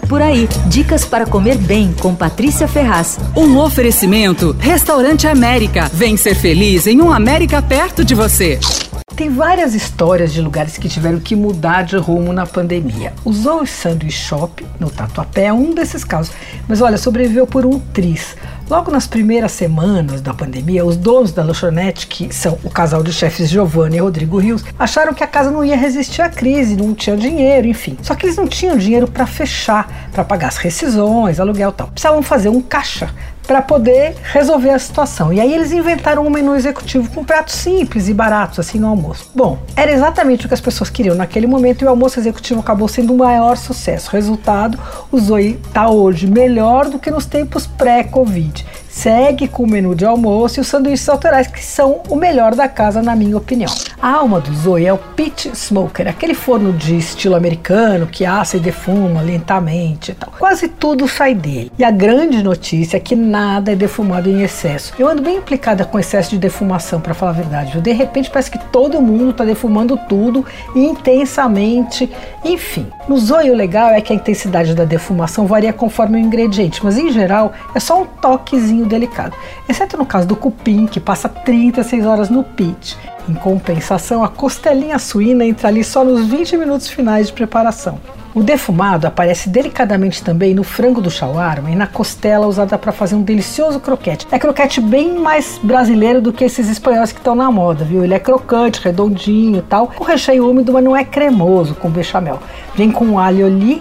Por Aí, dicas para comer bem com Patrícia Ferraz. Um oferecimento, Restaurante América. Vem ser feliz em um América perto de você. Tem várias histórias de lugares que tiveram que mudar de rumo na pandemia. O Zoe Sandwich Shop, no Tatuapé, é um desses casos. Mas olha, sobreviveu por um triz. Logo nas primeiras semanas da pandemia, os donos da lanchonete, que são o casal de chefes Giovanni e Rodrigo Rios, acharam que a casa não ia resistir à crise, não tinha dinheiro, enfim. Só que eles não tinham dinheiro para fechar, para pagar as rescisões, aluguel e tal. Precisavam fazer um caixa para poder resolver a situação. E aí eles inventaram um menu executivo com pratos simples e baratos, assim, no almoço. Bom, era exatamente o que as pessoas queriam naquele momento e o almoço executivo acabou sendo o maior sucesso. Resultado, o Zoe está hoje melhor do que nos tempos pré-Covid. Segue com o menu de almoço e os sanduíches autorais, que são o melhor da casa, na minha opinião. A alma do Zoe é o Pit Smoker, aquele forno de estilo americano que assa e defuma lentamente e tal. Quase tudo sai dele. E a grande notícia é que nada é defumado em excesso. Eu ando bem implicada com excesso de defumação, para falar a verdade, viu? De repente parece que todo mundo está defumando tudo intensamente. Enfim, no Zoe o legal é que a intensidade da defumação varia conforme o ingrediente, mas em geral é só um toquezinho delicado, exceto no caso do cupim, que passa 36 horas no pit. Em compensação, a costelinha suína entra ali só nos 20 minutos finais de preparação. O defumado aparece delicadamente também no frango do shawarma e na costela usada para fazer um delicioso croquete. É croquete bem mais brasileiro do que esses espanhóis que estão na moda, viu? Ele é crocante, redondinho e tal, com recheio úmido, mas não é cremoso com bechamel. Vem com alho ali,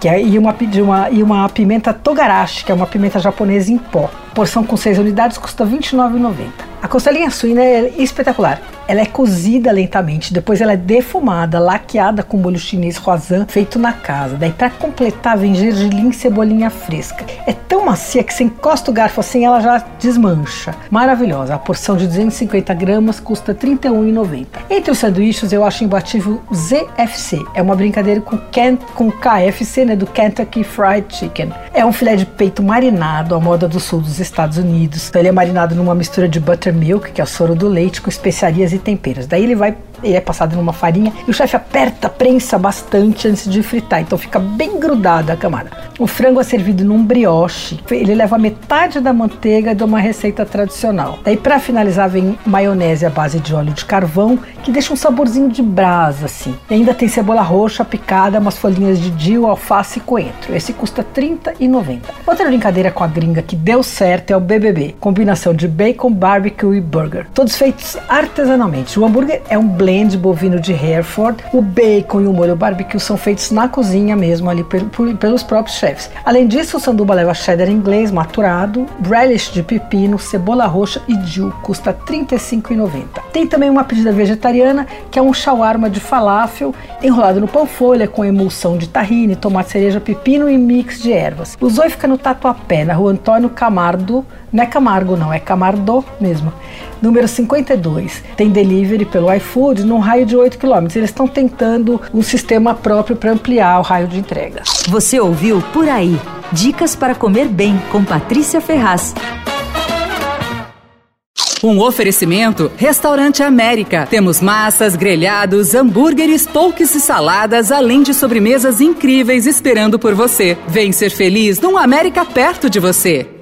e uma pimenta togarashi, que é uma pimenta japonesa em pó. Porção com 6 unidades custa R$ 29,90. A costelinha suína é espetacular. Ela é cozida lentamente, depois ela é defumada, laqueada com molho chinês croissant feito na casa. Daí, para completar, vem gergelim e cebolinha fresca. É tão macia que você encosta o garfo assim, ela já desmancha. Maravilhosa. A porção de 250 gramas custa R$ 31,90. Entre os sanduíches, eu acho imbatível o ZFC. É uma brincadeira com KFC, né, do Kentucky Fried Chicken. É um filé de peito marinado à moda do sul dos Estados Unidos. Então, ele é marinado numa mistura de buttermilk, que é o soro do leite, com especiarias e temperos. Daí ele é passado numa farinha e o chefe prensa bastante antes de fritar, então fica bem grudada a camada. O frango é servido num brioche, ele leva metade da manteiga de uma receita tradicional. Daí, para finalizar, vem maionese à base de óleo de carvão, que deixa um saborzinho de brasa assim. E ainda tem cebola roxa picada, umas folhinhas de dill, alface e coentro. Esse custa R$ 30,90. Outra brincadeira com a gringa que deu certo é o BBB, combinação de bacon, barbecue e burger, todos feitos artesanalmente. O hambúrguer é um blend bovino de Hereford, o bacon e o molho barbecue são feitos na cozinha mesmo, ali pelos próprios chefs. Além disso, o sanduba leva cheddar inglês maturado, relish de pepino, cebola roxa e dill, custa R$ 35,90. Tem também uma pedida vegetariana, que é um shawarma de falafel, enrolado no pão folha, com emulsão de tahine, tomate cereja, pepino e mix de ervas. O Zoe fica no Tatuapé, na rua Antônio Camargo, não é Camargo não, é Camardo mesmo, número 52. Tem delivery pelo iFood num raio de 8 km. Eles estão tentando um sistema próprio para ampliar o raio de entrega. Você ouviu Por Aí, dicas para comer bem com Patrícia Ferraz. Um oferecimento, Restaurante América. Temos massas, grelhados, hambúrgueres, poutes e saladas, além de sobremesas incríveis esperando por você. Vem ser feliz num América perto de você.